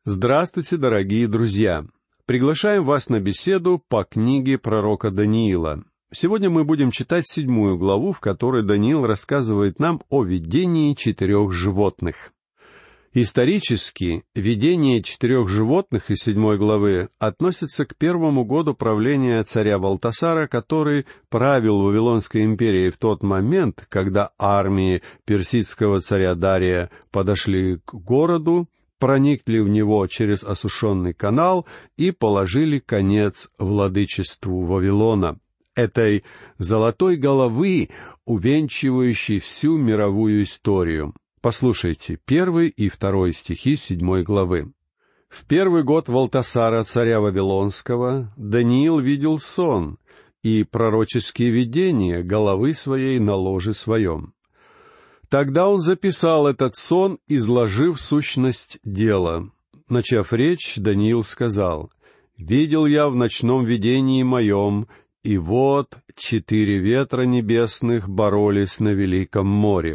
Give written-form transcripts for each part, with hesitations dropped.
Здравствуйте, дорогие друзья! Приглашаем вас на беседу по книге пророка Даниила. Сегодня мы будем читать 7 главу, в которой Даниил рассказывает нам о видении 4 животных. Исторически, видение 4 животных из 7 главы относится к 1 году правления царя Валтасара, который правил Вавилонской империей в тот момент, когда армии персидского царя Дария подошли к городу, проникли в него через осушенный канал и положили конец владычеству Вавилона, этой золотой головы, увенчивающей всю мировую историю. Послушайте 1 и 2 стихи 7 главы. «В 1 год Валтасара, царя Вавилонского, Даниил видел сон и пророческие видения головы своей на ложе своем. Тогда он записал этот сон, изложив сущность дела. Начав речь, Даниил сказал: «Видел я в ночном видении моем, и вот 4 ветра небесных боролись на великом море».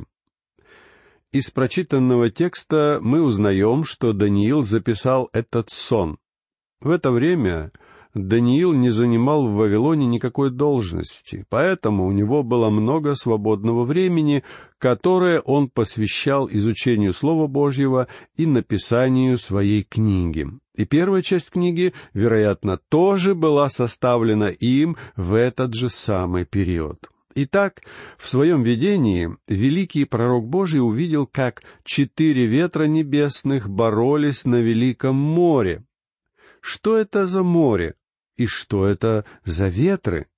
Из прочитанного текста мы узнаем, что Даниил записал этот сон. В это время Даниил не занимал в Вавилоне никакой должности, поэтому у него было много свободного времени, которое он посвящал изучению Слова Божьего и написанию своей книги. И первая часть книги, вероятно, тоже была составлена им в этот же самый период. Итак, в своем видении великий пророк Божий увидел, как 4 ветра небесных боролись на великом море. Что это за море? И что это за ветры?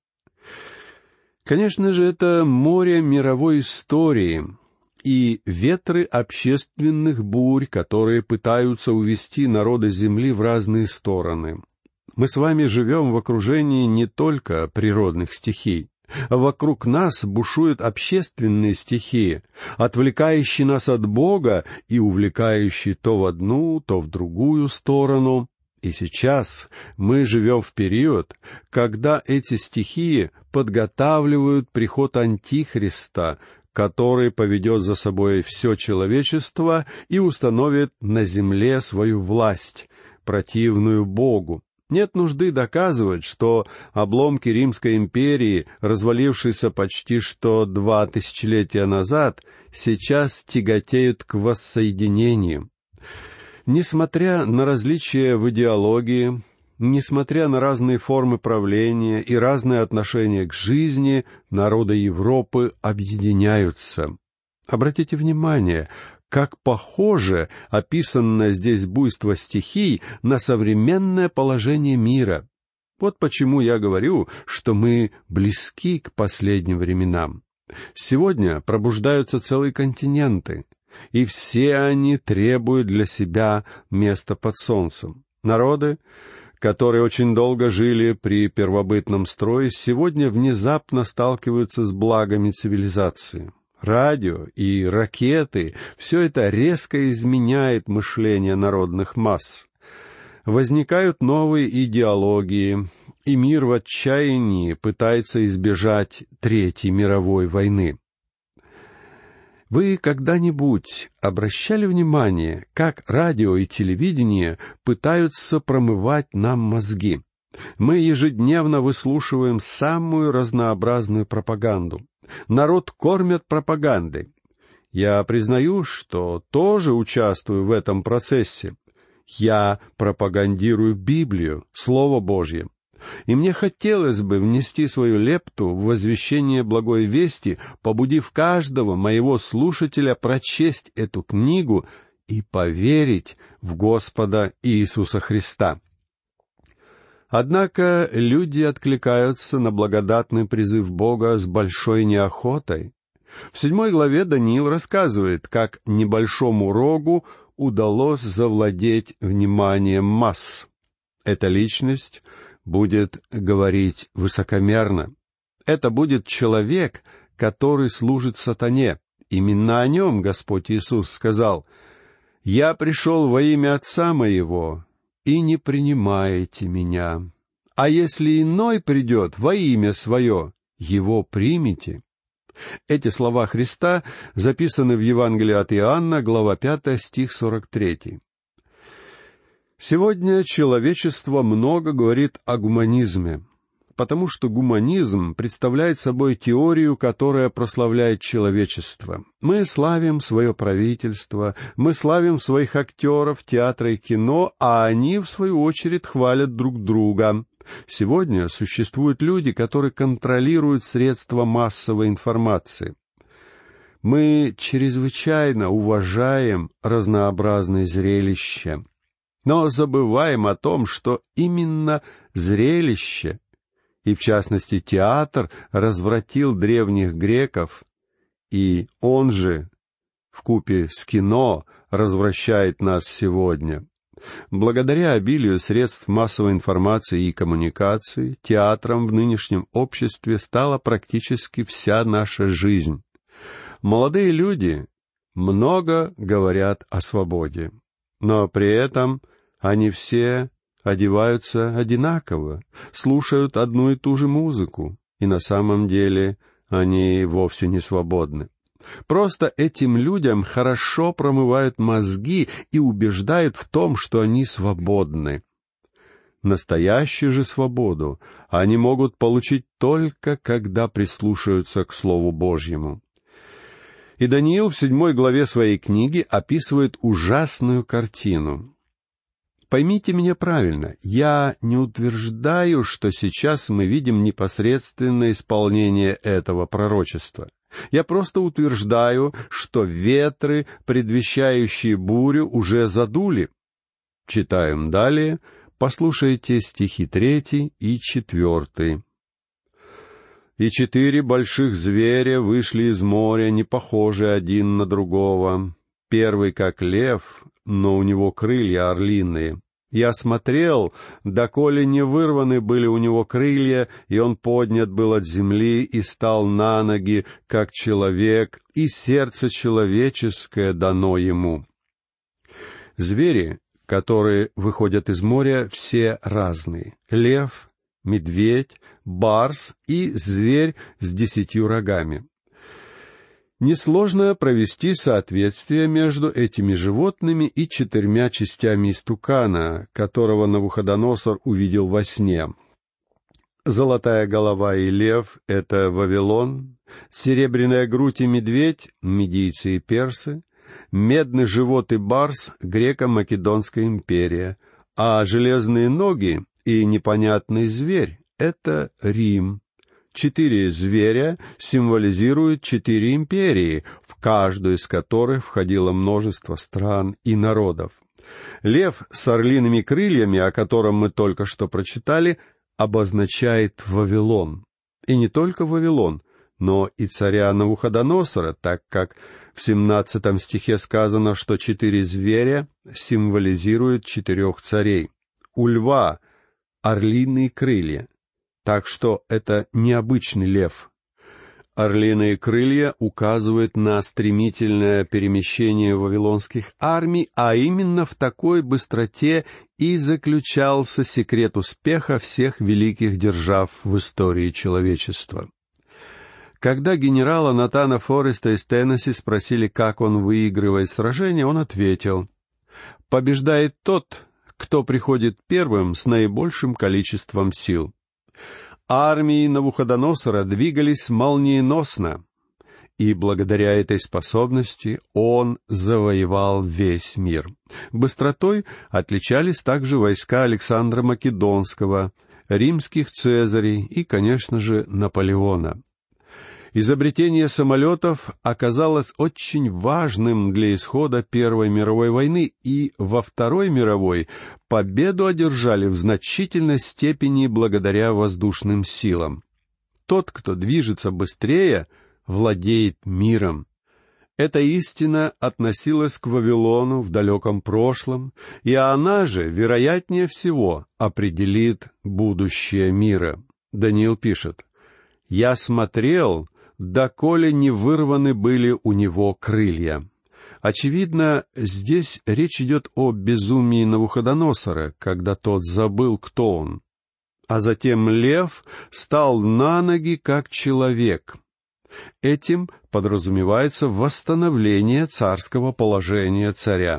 Конечно же, это море мировой истории и ветры общественных бурь, которые пытаются увести народы земли в разные стороны. Мы с вами живем в окружении не только природных стихий. Вокруг нас бушуют общественные стихии, отвлекающие нас от Бога и увлекающие то в одну, то в другую сторону. И сейчас мы живем в период, когда эти стихии подготавливают приход Антихриста, который поведет за собой все человечество и установит на земле свою власть, противную Богу. Нет нужды доказывать, что обломки Римской империи, развалившиеся почти что 2 тысячелетия назад, сейчас тяготеют к воссоединению. Несмотря на различия в идеологии, несмотря на разные формы правления и разные отношения к жизни, народы Европы объединяются. Обратите внимание, как похоже описанное здесь буйство стихий на современное положение мира. Вот почему я говорю, что мы близки к последним временам. Сегодня пробуждаются целые континенты, и все они требуют для себя места под солнцем. Народы, которые очень долго жили при первобытном строе, сегодня внезапно сталкиваются с благами цивилизации. Радио и ракеты — все это резко изменяет мышление народных масс. Возникают новые идеологии, и мир в отчаянии пытается избежать Третьей мировой войны. Вы когда-нибудь обращали внимание, как радио и телевидение пытаются промывать нам мозги? Мы ежедневно выслушиваем самую разнообразную пропаганду. Народ кормят пропагандой. Я признаю, что тоже участвую в этом процессе. Я пропагандирую Библию, Слово Божье. И мне хотелось бы внести свою лепту в возвещение благой вести, побудив каждого моего слушателя прочесть эту книгу и поверить в Господа Иисуса Христа. Однако люди откликаются на благодатный призыв Бога с большой неохотой. В 7 главе Даниил рассказывает, как небольшому рогу удалось завладеть вниманием масс. Эта личность будет говорить высокомерно. Это будет человек, который служит сатане. Именно о нем Господь Иисус сказал: «Я пришел во имя Отца моего, и не принимаете меня. А если иной придет во имя свое, его примите». Эти слова Христа записаны в Евангелии от Иоанна, глава 5, стих 43. Сегодня человечество много говорит о гуманизме, потому что гуманизм представляет собой теорию, которая прославляет человечество. Мы славим свое правительство, мы славим своих актеров театра и кино, а они, в свою очередь, хвалят друг друга. Сегодня существуют люди, которые контролируют средства массовой информации. Мы чрезвычайно уважаем разнообразные зрелища, но забываем о том, что именно зрелище, и в частности театр, развратил древних греков, и он же, вкупе с кино, развращает нас сегодня. Благодаря обилию средств массовой информации и коммуникации, театром в нынешнем обществе стала практически вся наша жизнь. Молодые люди много говорят о свободе, но при этом они все одеваются одинаково, слушают одну и ту же музыку, и на самом деле они вовсе не свободны. Просто этим людям хорошо промывают мозги и убеждают в том, что они свободны. Настоящую же свободу они могут получить только, когда прислушаются к Слову Божьему. И Даниил в 7 главе своей книги описывает ужасную картину. Поймите меня правильно, я не утверждаю, что сейчас мы видим непосредственное исполнение этого пророчества. Я просто утверждаю, что ветры, предвещающие бурю, уже задули. Читаем далее, послушайте стихи 3 и 4. «И 4 больших зверя вышли из моря, не похожие один на другого. Первый как лев, но у него крылья орлиные. Я смотрел, доколе не вырваны были у него крылья, и он поднят был от земли и стал на ноги, как человек, и сердце человеческое дано ему». Звери, которые выходят из моря, все разные. Лев, медведь, барс и зверь с 10 рогами. Несложно провести соответствие между этими животными и 4 частями истукана, которого Навуходоносор увидел во сне. Золотая голова и лев — это Вавилон, серебряная грудь и медведь — медийцы и персы, медный живот и барс — греко-македонская империя, а железные ноги и непонятный зверь — это Рим. 4 зверя символизируют 4 империи, в каждую из которых входило множество стран и народов. Лев с орлиными крыльями, о котором мы только что прочитали, обозначает Вавилон. И не только Вавилон, но и царя Навуходоносора, так как в 17 стихе сказано, что 4 зверя символизируют 4 царей. У льва орлиные крылья, так что это необычный лев. Орлиные крылья указывают на стремительное перемещение вавилонских армий, а именно в такой быстроте и заключался секрет успеха всех великих держав в истории человечества. Когда генерала Натана Фореста из Теннесси спросили, как он выигрывает сражение, он ответил: «Побеждает тот, кто приходит первым с наибольшим количеством сил». Армии Навуходоносора двигались молниеносно, и благодаря этой способности он завоевал весь мир. Быстротой отличались также войска Александра Македонского, римских цезарей и, конечно же, Наполеона. Изобретение самолетов оказалось очень важным для исхода Первой мировой войны, и во Второй мировой победу одержали в значительной степени благодаря воздушным силам. Тот, кто движется быстрее, владеет миром. Эта истина относилась к Вавилону в далеком прошлом, и она же, вероятнее всего, определит будущее мира. Даниил пишет: «Я смотрел, доколе не вырваны были у него крылья». Очевидно, здесь речь идет о безумии Навуходоносора, когда тот забыл, кто он. А затем лев стал на ноги, как человек. Этим подразумевается восстановление царского положения царя.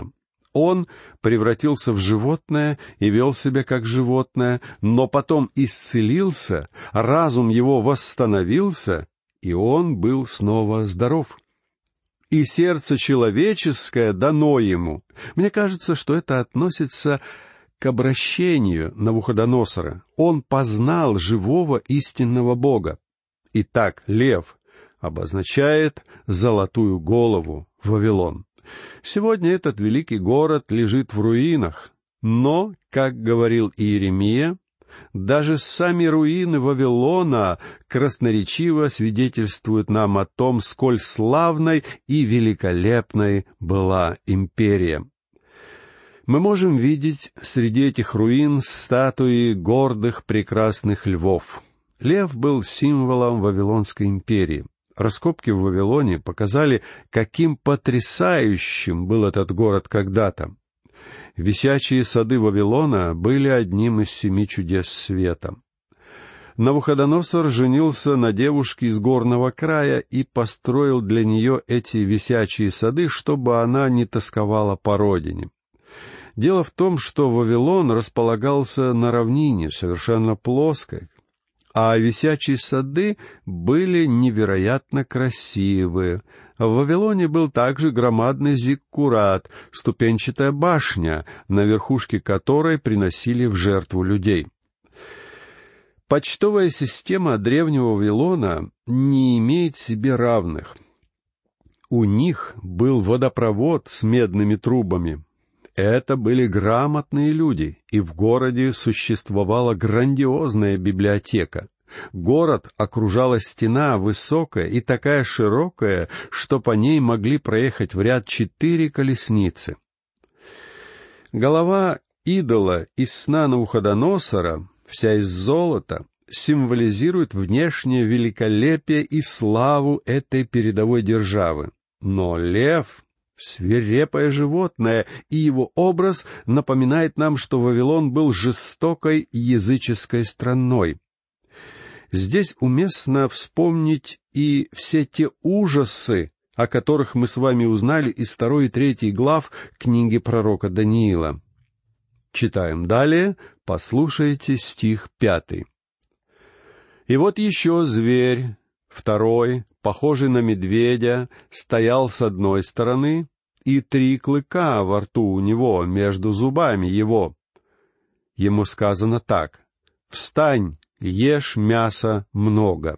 Он превратился в животное и вел себя как животное, но потом исцелился, разум его восстановился, и он был снова здоров. И сердце человеческое дано ему. Мне кажется, что это относится к обращению Навуходоносора. Он познал живого истинного Бога. Итак, лев обозначает золотую голову, Вавилон. Сегодня этот великий город лежит в руинах, но, как говорил Иеремия, даже сами руины Вавилона красноречиво свидетельствуют нам о том, сколь славной и великолепной была империя. Мы можем видеть среди этих руин статуи гордых прекрасных львов. Лев был символом Вавилонской империи. Раскопки в Вавилоне показали, каким потрясающим был этот город когда-то. Висячие сады Вавилона были одним из 7 чудес света. Навуходоносор женился на девушке из горного края и построил для нее эти висячие сады, чтобы она не тосковала по родине. Дело в том, что Вавилон располагался на равнине, совершенно плоской, а висячие сады были невероятно красивые. В Вавилоне был также громадный зиккурат, ступенчатая башня, на верхушке которой приносили в жертву людей. Почтовая система древнего Вавилона не имеет себе равных. У них был водопровод с медными трубами. Это были грамотные люди, и в городе существовала грандиозная библиотека. Город окружала стена высокая и такая широкая, что по ней могли проехать в ряд 4 колесницы. Голова идола из сна Навуходоносора, вся из золота, символизирует внешнее великолепие и славу этой передовой державы. Но лев — свирепое животное, и его образ напоминает нам, что Вавилон был жестокой языческой страной. Здесь уместно вспомнить и все те ужасы, о которых мы с вами узнали из 2 и 3 глав книги пророка Даниила. Читаем далее, послушайте стих 5. «И вот еще зверь, второй, похожий на медведя, стоял с одной стороны, и 3 клыка во рту у него, между зубами его. Ему сказано так: «Встань, ешь мяса много».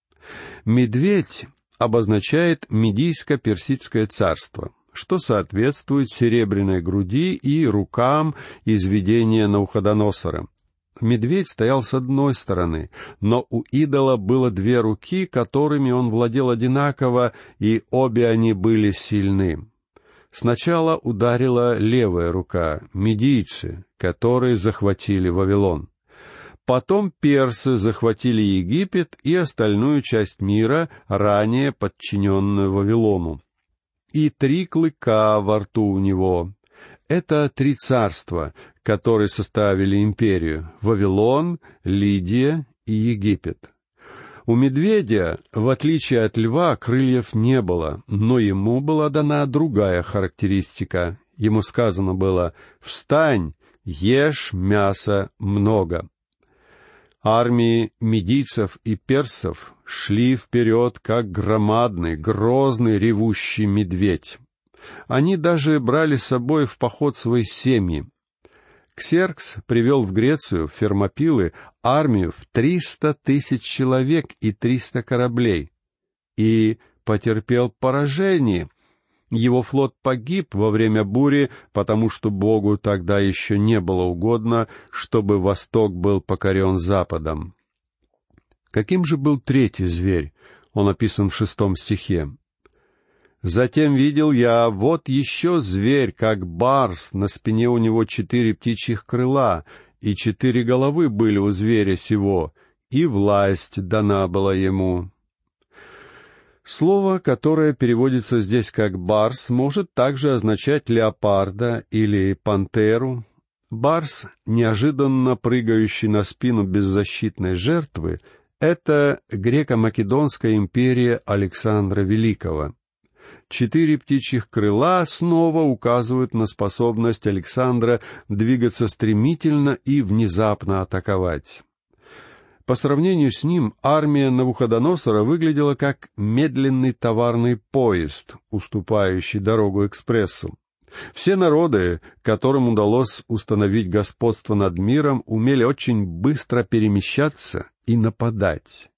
Медведь обозначает Медийско-Персидское царство, что соответствует серебряной груди и рукам из видения Навуходоносора. Медведь стоял с одной стороны, но у идола было 2 руки, которыми он владел одинаково, и обе они были сильны. Сначала ударила левая рука, медийцы, которые захватили Вавилон. Потом персы захватили Египет и остальную часть мира, ранее подчиненную Вавилону. И 3 клыка во рту у него. Это 3 царства, которые составили империю — Вавилон, Лидия и Египет. У медведя, в отличие от льва, крыльев не было, но ему была дана другая характеристика. Ему сказано было: «Встань, ешь мяса много». Армии медийцев и персов шли вперед, как громадный, грозный, ревущий медведь. Они даже брали с собой в поход свои семьи. Ксеркс привел в Грецию, в Фермопилы, армию в 300 тысяч человек и 300 кораблей. И потерпел поражение. Его флот погиб во время бури, потому что Богу тогда еще не было угодно, чтобы Восток был покорен Западом. Каким же был 3-й зверь? Он описан в 6 стихе. «Затем видел я, вот еще зверь, как барс, на спине у него 4 птичьих крыла, и 4 головы были у зверя сего, и власть дана была ему». Слово, которое переводится здесь как «барс», может также означать леопарда или пантеру. Барс, неожиданно прыгающий на спину беззащитной жертвы, это греко-македонская империя Александра Великого. 4 птичьих крыла снова указывают на способность Александра двигаться стремительно и внезапно атаковать. По сравнению с ним, армия Навуходоносора выглядела как медленный товарный поезд, уступающий дорогу экспрессу. Все народы, которым удалось установить господство над миром, умели очень быстро перемещаться и нападать.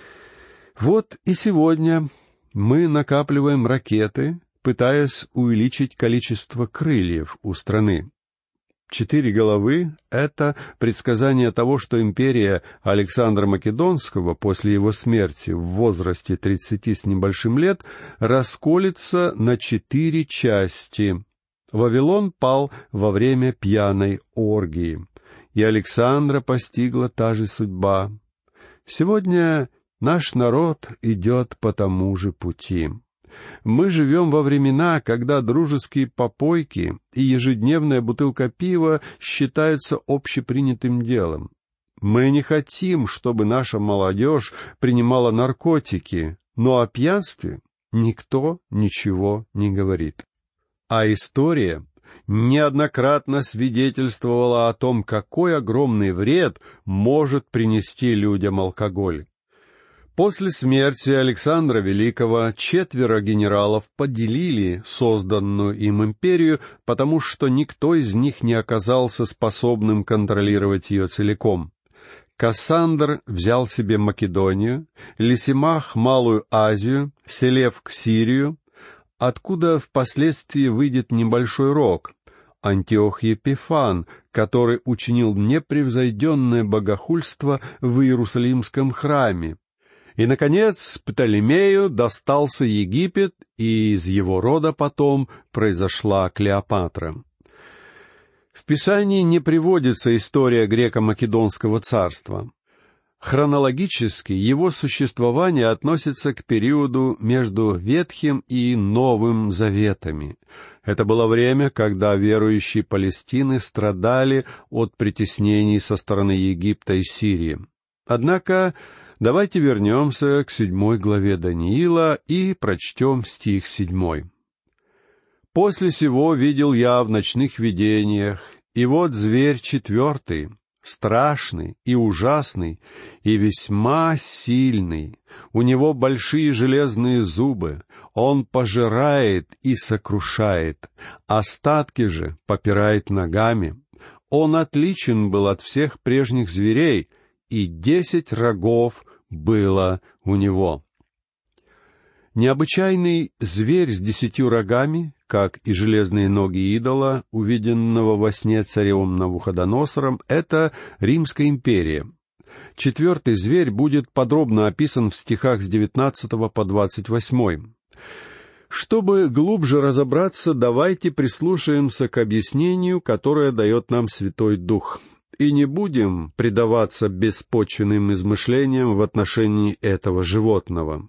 Вот и сегодня мы накапливаем ракеты, пытаясь увеличить количество крыльев у страны. 4 головы — это предсказание того, что империя Александра Македонского после его смерти в возрасте 30 с небольшим лет расколется на 4 части. Вавилон пал во время пьяной оргии, и Александра постигла та же судьба. Сегодня наш народ идет по тому же пути. Мы живем во времена, когда дружеские попойки и ежедневная бутылка пива считаются общепринятым делом. Мы не хотим, чтобы наша молодежь принимала наркотики, но о пьянстве никто ничего не говорит. А история неоднократно свидетельствовала о том, какой огромный вред может принести людям алкоголь. После смерти Александра Великого 4 генералов поделили созданную им империю, потому что никто из них не оказался способным контролировать ее целиком. Кассандр взял себе Македонию, Лисимах — Малую Азию, Селевк — Сирию, откуда впоследствии выйдет небольшой рог, Антиох Епифан, который учинил непревзойденное богохульство в Иерусалимском храме. И, наконец, Птолемею достался Египет, и из его рода потом произошла Клеопатра. В Писании не приводится история греко-македонского царства. Хронологически его существование относится к периоду между Ветхим и Новым Заветами. Это было время, когда верующие Палестины страдали от притеснений со стороны Египта и Сирии. Однако давайте вернемся к 7 главе Даниила и прочтем стих 7. «После сего видел я в ночных видениях, и вот зверь 4, страшный и ужасный, и весьма сильный. У него большие железные зубы, он пожирает и сокрушает, остатки же попирает ногами. Он отличен был от всех прежних зверей, и 10 рогов было у него». Необычайный зверь с 10 рогами, как и железные ноги идола, увиденного во сне царем Навуходоносором, это Римская империя. 4 зверь будет подробно описан в стихах с 19 по 28. Чтобы глубже разобраться, давайте прислушаемся к объяснению, которое дает нам Святой Дух, и не будем предаваться беспочвенным измышлениям в отношении этого животного.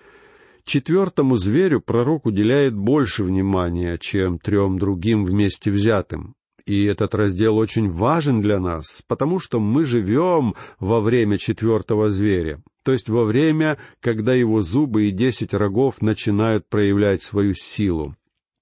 4 зверю пророк уделяет больше внимания, чем 3 другим вместе взятым. И этот раздел очень важен для нас, потому что мы живем во время 4 зверя, то есть во время, когда его зубы и 10 рогов начинают проявлять свою силу.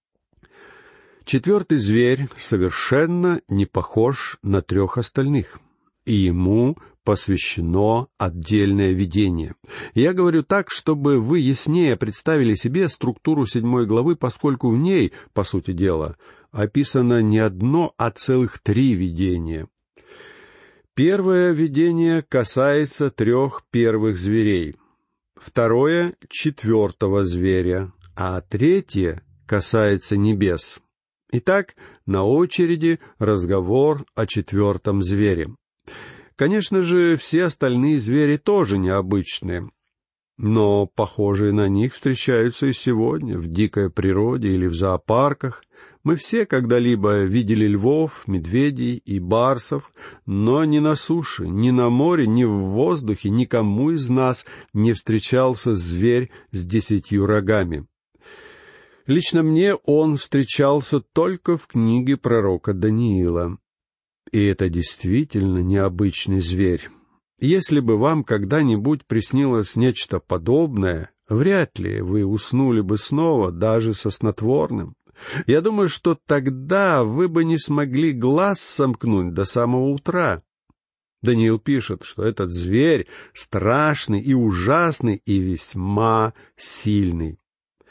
4 зверь совершенно не похож на 3 остальных, и ему посвящено отдельное видение. Я говорю так, чтобы вы яснее представили себе структуру 7 главы, поскольку в ней, по сути дела, описано не одно, а целых 3 видения. Первое видение касается 3 первых зверей, второе — 4 зверя, а 3 касается небес. Итак, на очереди разговор о 4 звере. Конечно же, все остальные звери тоже необычные, но похожие на них встречаются и сегодня в дикой природе или в зоопарках. Мы все когда-либо видели львов, медведей и барсов, но ни на суше, ни на море, ни в воздухе никому из нас не встречался зверь с 10 рогами. Лично мне он встречался только в книге пророка Даниила. И это действительно необычный зверь. Если бы вам когда-нибудь приснилось нечто подобное, вряд ли вы уснули бы снова, даже со снотворным. Я думаю, что тогда вы бы не смогли глаз сомкнуть до самого утра. Даниил пишет, что этот зверь страшный и ужасный и весьма сильный.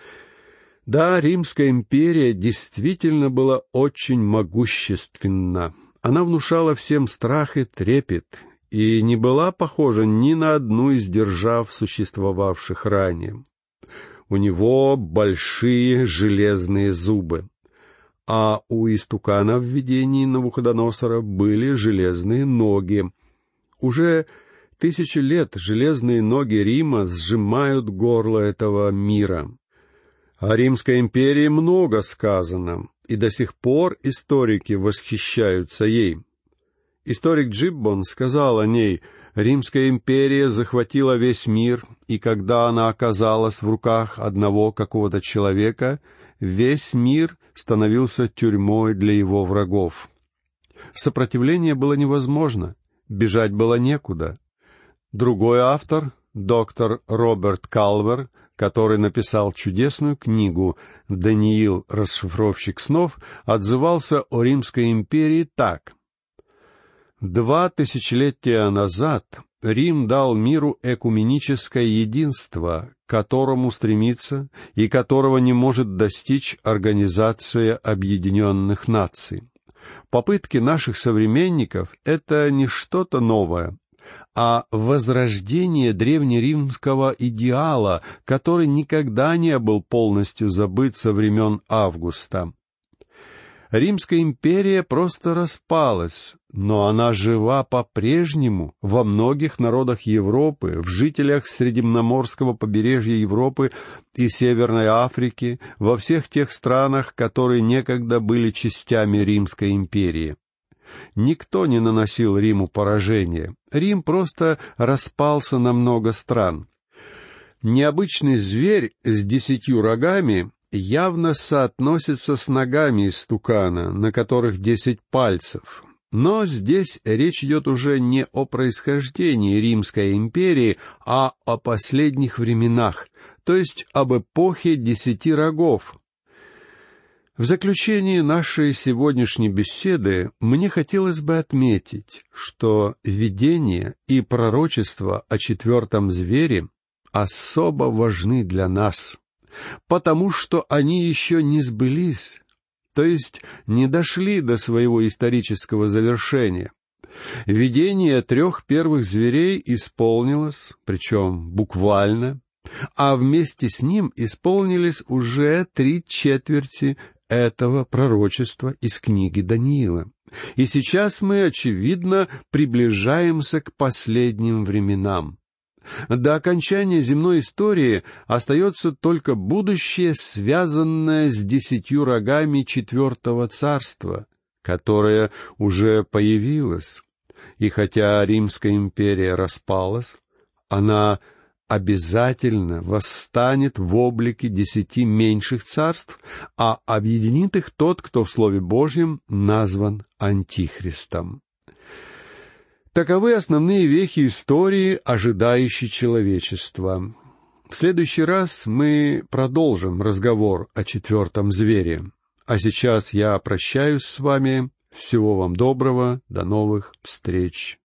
Да, Римская империя действительно была очень могущественна. Она внушала всем страх и трепет, и не была похожа ни на одну из держав, существовавших ранее. У него большие железные зубы, а у истукана в видении Навуходоносора были железные ноги. Уже 1000 лет железные ноги Рима сжимают горло этого мира. О Римской империи много сказано, и до сих пор историки восхищаются ей. Историк Джиббон сказал о ней: «Римская империя захватила весь мир, и когда она оказалась в руках одного какого-то человека, весь мир становился тюрьмой для его врагов». Сопротивление было невозможно, бежать было некуда. Другой автор, доктор Роберт Калвер, который написал чудесную книгу «Даниил. Расшифровщик снов», отзывался о Римской империи так: 2 тысячелетия назад Рим дал миру экуменическое единство, к которому стремится и которого не может достичь Организация Объединенных Наций. Попытки наших современников — это не что-то новое, а возрождение древнеримского идеала, который никогда не был полностью забыт со времен Августа. Римская империя просто распалась, но она жива по-прежнему во многих народах Европы, в жителях Средиземноморского побережья Европы и Северной Африки, во всех тех странах, которые некогда были частями Римской империи. Никто не наносил Риму поражения. Рим просто распался на много стран. Необычный зверь с 10 рогами явно соотносится с ногами истукана, на которых 10 пальцев. Но здесь речь идет уже не о происхождении Римской империи, а о последних временах, то есть об эпохе 10 рогов. В заключение нашей сегодняшней беседы мне хотелось бы отметить, что видение и пророчество о 4-м звере особо важны для нас, потому что они еще не сбылись, то есть не дошли до своего исторического завершения. Видение 3 первых зверей исполнилось, причем буквально, а вместе с ним исполнились уже 3/4 этого пророчества из книги Даниила. И сейчас мы, очевидно, приближаемся к последним временам. До окончания земной истории остается только будущее, связанное с 10 рогами 4-го царства, которое уже появилось. И хотя Римская империя распалась, она обязательно восстанет в облике 10 меньших царств, а объединит их тот, кто в Слове Божьем назван Антихристом. Таковы основные вехи истории, ожидающей человечества. В следующий раз мы продолжим разговор о 4-м звере. А сейчас я прощаюсь с вами. Всего вам доброго. До новых встреч.